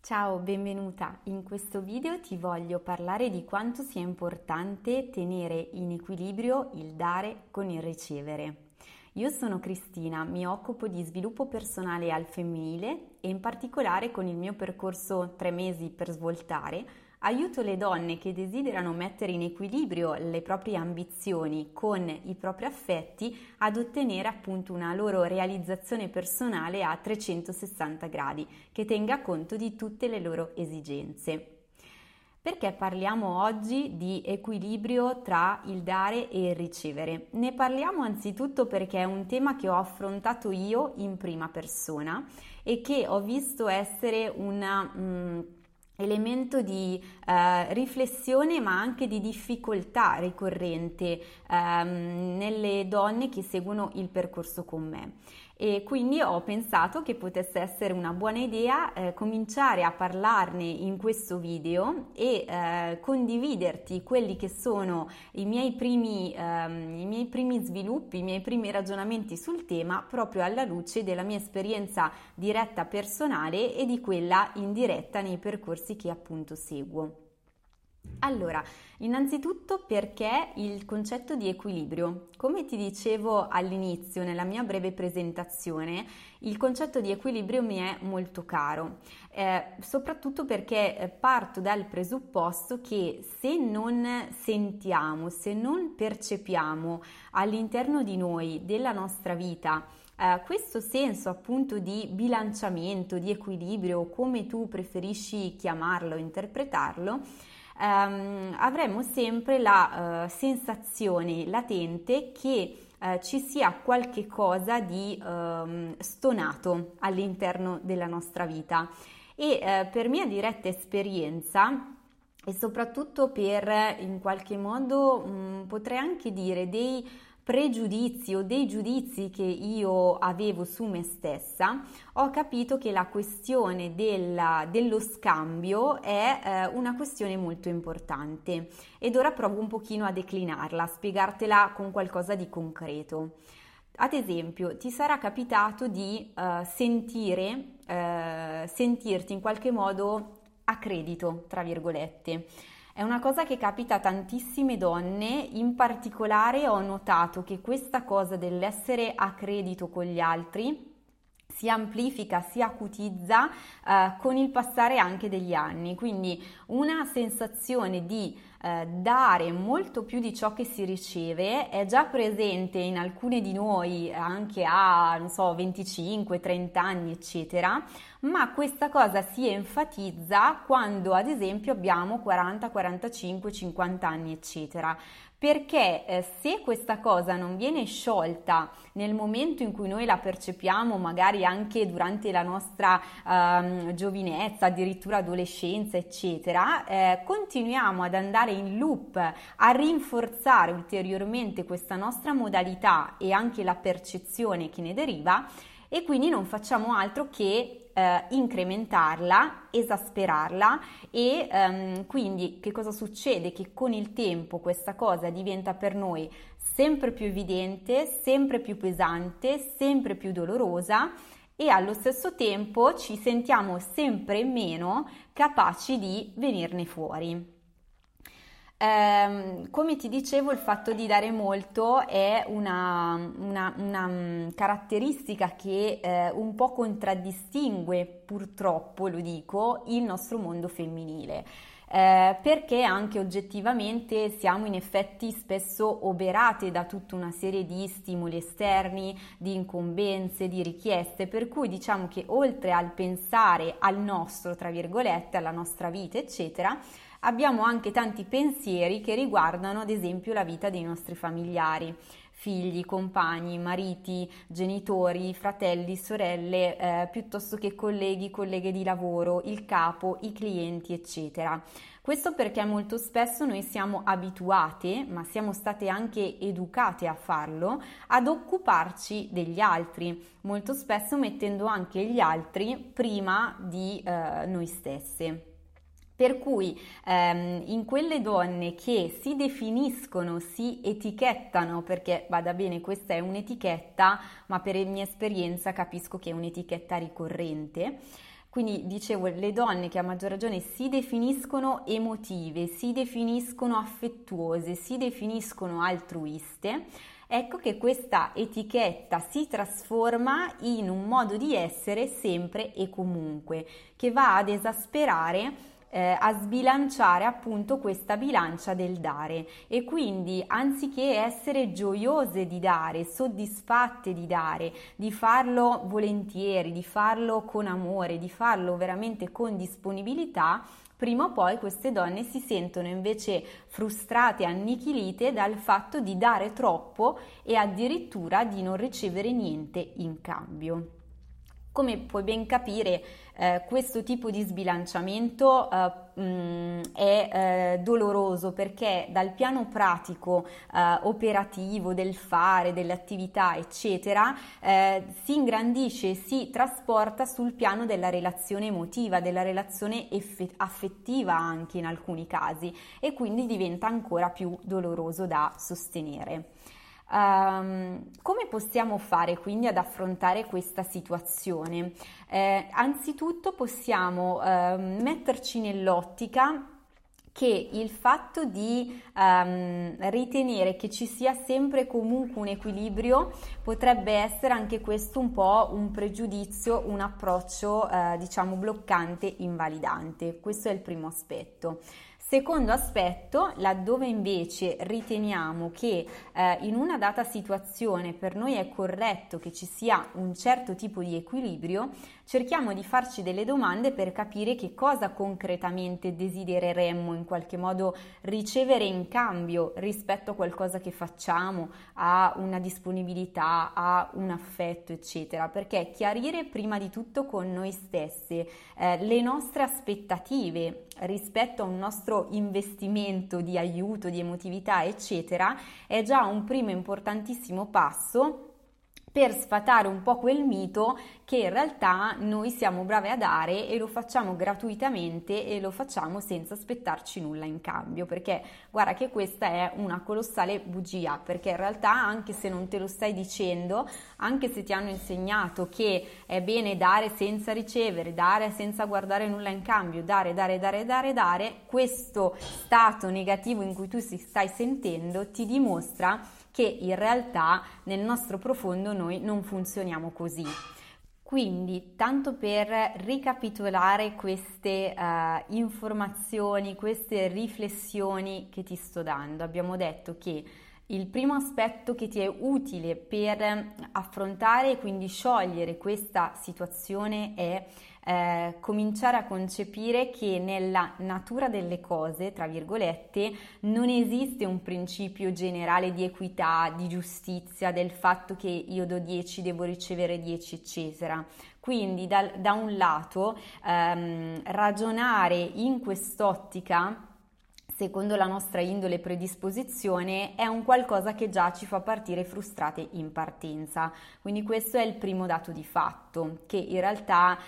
Ciao, benvenuta. In questo video ti voglio parlare di quanto sia importante tenere in equilibrio il dare con il ricevere. Io sono Cristina, mi occupo di sviluppo personale al femminile e in particolare con il mio percorso 3 mesi per svoltare aiuto le donne che desiderano mettere in equilibrio le proprie ambizioni con i propri affetti ad ottenere appunto una loro realizzazione personale a 360 gradi che tenga conto di tutte le loro esigenze. Perché parliamo oggi di equilibrio tra il dare e il ricevere? Ne parliamo anzitutto perché è un tema che ho affrontato io in prima persona e che ho visto essere un elemento di riflessione ma anche di difficoltà ricorrente nelle donne che seguono il percorso con me. E quindi ho pensato che potesse essere una buona idea cominciare a parlarne in questo video e condividerti quelli che sono i miei primi sviluppi, i miei primi ragionamenti sul tema proprio alla luce della mia esperienza diretta personale e di quella indiretta nei percorsi che appunto seguo. Allora, innanzitutto perché il concetto di equilibrio? Come ti dicevo all'inizio nella mia breve presentazione, il concetto di equilibrio mi è molto caro, soprattutto perché parto dal presupposto che se non sentiamo, se non percepiamo all'interno di noi, della nostra vita, questo senso appunto di bilanciamento, di equilibrio, come tu preferisci chiamarlo, interpretarlo, avremo sempre la sensazione latente che ci sia qualche cosa di stonato all'interno della nostra vita e per mia diretta esperienza e soprattutto per in qualche modo potrei anche dire dei pregiudizi o dei giudizi che io avevo su me stessa, ho capito che la questione dello scambio è una questione molto importante ed ora provo un pochino a declinarla, a spiegartela con qualcosa di concreto. Ad esempio, ti sarà capitato di sentirti in qualche modo a credito, tra virgolette. È una cosa che capita a tantissime donne, in particolare ho notato che questa cosa dell'essere a credito con gli altri si amplifica, si acutizza con il passare anche degli anni, quindi una sensazione di dare molto più di ciò che si riceve è già presente in alcune di noi anche a, non so, 25, 30 anni, eccetera, ma questa cosa si enfatizza quando ad esempio abbiamo 40, 45, 50 anni, eccetera. Perché se questa cosa non viene sciolta nel momento in cui noi la percepiamo, magari anche durante la nostra giovinezza, addirittura adolescenza, eccetera, continuiamo ad andare in loop a rinforzare ulteriormente questa nostra modalità e anche la percezione che ne deriva e quindi non facciamo altro che incrementarla, esasperarla e quindi che cosa succede? Che con il tempo questa cosa diventa per noi sempre più evidente, sempre più pesante, sempre più dolorosa e allo stesso tempo ci sentiamo sempre meno capaci di venirne fuori. Come ti dicevo, il fatto di dare molto è una caratteristica che un po' contraddistingue, purtroppo lo dico, il nostro mondo femminile. Perché anche oggettivamente siamo in effetti spesso oberate da tutta una serie di stimoli esterni, di incombenze, di richieste, per cui diciamo che oltre al pensare al nostro, tra virgolette, alla nostra vita, eccetera, abbiamo anche tanti pensieri che riguardano ad esempio la vita dei nostri familiari, figli, compagni, mariti, genitori, fratelli, sorelle, piuttosto che colleghi, colleghe di lavoro, il capo, i clienti, eccetera. Questo perché molto spesso noi siamo abituate, ma siamo state anche educate a farlo, ad occuparci degli altri, molto spesso mettendo anche gli altri prima di noi stesse. Per cui in quelle donne che si definiscono, si etichettano, perché vada bene, questa è un'etichetta, ma per mia esperienza capisco che è un'etichetta ricorrente, Quindi dicevo, le donne che a maggior ragione si definiscono emotive, si definiscono affettuose, si definiscono altruiste, ecco che questa etichetta si trasforma in un modo di essere sempre e comunque, che va ad esasperare, a sbilanciare appunto questa bilancia del dare, e quindi anziché essere gioiose di dare, soddisfatte di dare, di farlo volentieri, di farlo con amore, di farlo veramente con disponibilità, prima o poi queste donne si sentono invece frustrate, annichilite dal fatto di dare troppo e addirittura di non ricevere niente in cambio. Come puoi ben capire, questo tipo di sbilanciamento è doloroso, perché dal piano pratico, operativo, del fare, delle attività, eccetera, si ingrandisce, si trasporta sul piano della relazione emotiva, della relazione affettiva anche in alcuni casi, e quindi diventa ancora più doloroso da sostenere. Come possiamo fare quindi ad affrontare questa situazione? Anzitutto possiamo metterci nell'ottica che il fatto di ritenere che ci sia sempre comunque un equilibrio potrebbe essere anche questo un po' un pregiudizio, un approccio diciamo bloccante, invalidante. Questo è il primo aspetto. Secondo aspetto, laddove invece riteniamo che in una data situazione per noi è corretto che ci sia un certo tipo di equilibrio, cerchiamo di farci delle domande per capire che cosa concretamente desidereremmo in qualche modo ricevere in cambio rispetto a qualcosa che facciamo, a una disponibilità, a un affetto, eccetera. Perché chiarire prima di tutto con noi stesse le nostre aspettative rispetto a un nostro investimento di aiuto, di emotività, eccetera, è già un primo importantissimo passo per sfatare un po' quel mito che in realtà noi siamo brave a dare e lo facciamo gratuitamente e lo facciamo senza aspettarci nulla in cambio, perché guarda che questa è una colossale bugia, perché in realtà anche se non te lo stai dicendo, anche se ti hanno insegnato che è bene dare senza ricevere, dare senza guardare nulla in cambio, dare, questo stato negativo in cui tu si stai sentendo ti dimostra che in realtà nel nostro profondo noi non funzioniamo così. Quindi, tanto per ricapitolare queste informazioni, queste riflessioni che ti sto dando, abbiamo detto che il primo aspetto che ti è utile per affrontare e quindi sciogliere questa situazione è cominciare a concepire che nella natura delle cose, tra virgolette, non esiste un principio generale di equità, di giustizia, del fatto che io do 10, devo ricevere 10, eccetera. Quindi da un lato ragionare in quest'ottica, secondo la nostra indole e predisposizione, è un qualcosa che già ci fa partire frustrate in partenza. Quindi questo è il primo dato di fatto, che in realtà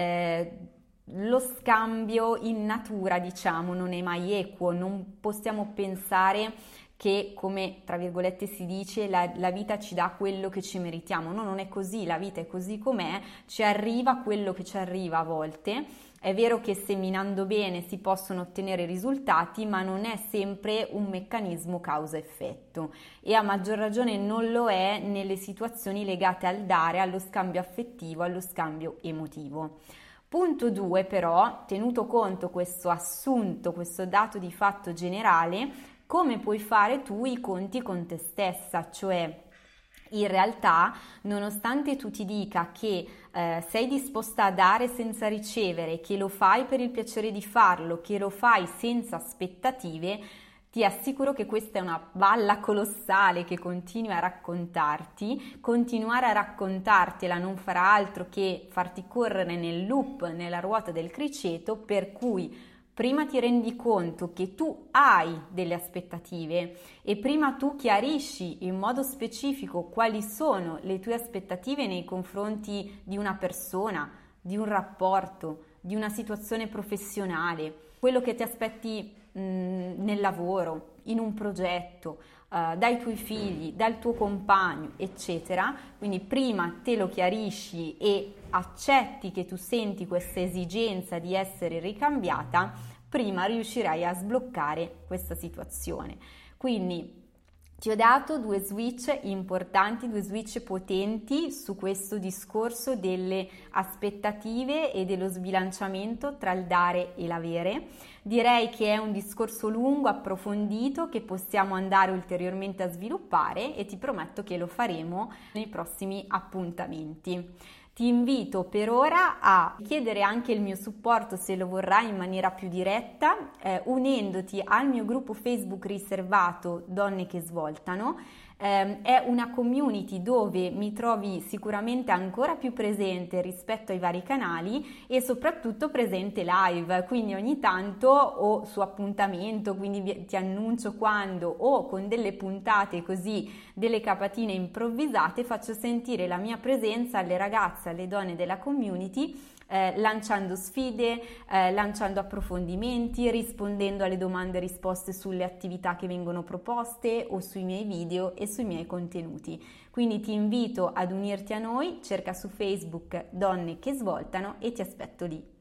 lo scambio in natura, diciamo, non è mai equo, non possiamo pensare che, come tra virgolette si dice, la vita ci dà quello che ci meritiamo. No, non è così, la vita è così com'è, ci arriva quello che ci arriva a volte. È vero che seminando bene si possono ottenere risultati, ma non è sempre un meccanismo causa-effetto, e a maggior ragione non lo è nelle situazioni legate al dare, allo scambio affettivo, allo scambio emotivo. Punto 2 però, tenuto conto questo assunto, questo dato di fatto generale, come puoi fare tu i conti con te stessa, cioè in realtà, nonostante tu ti dica che sei disposta a dare senza ricevere, che lo fai per il piacere di farlo, che lo fai senza aspettative, ti assicuro che questa è una balla colossale che continui a raccontarti. Continuare a raccontartela non farà altro che farti correre nel loop, nella ruota del criceto, per cui prima ti rendi conto che tu hai delle aspettative e prima tu chiarisci in modo specifico quali sono le tue aspettative nei confronti di una persona, di un rapporto, di una situazione professionale, quello che ti aspetti nel lavoro, in un progetto, dai tuoi figli, dal tuo compagno, eccetera. Quindi prima te lo chiarisci e accetti che tu senti questa esigenza di essere ricambiata, prima riuscirai a sbloccare questa situazione. Quindi ti ho dato due switch importanti, due switch potenti su questo discorso delle aspettative e dello sbilanciamento tra il dare e l'avere. Direi che è un discorso lungo, approfondito, che possiamo andare ulteriormente a sviluppare e ti prometto che lo faremo nei prossimi appuntamenti. Ti invito per ora a chiedere anche il mio supporto, se lo vorrai, in maniera più diretta, unendoti al mio gruppo Facebook riservato Donne che Svoltano. È una community dove mi trovi sicuramente ancora più presente rispetto ai vari canali e soprattutto presente live, quindi ogni tanto o su appuntamento, quindi ti annuncio quando, o con delle puntate così, delle capatine improvvisate, faccio sentire la mia presenza alle ragazze, alle donne della community, lanciando sfide, lanciando approfondimenti, rispondendo alle domande e risposte sulle attività che vengono proposte o sui miei video e sui miei contenuti. Quindi ti invito ad unirti a noi, cerca su Facebook Donne che Svoltano e ti aspetto lì.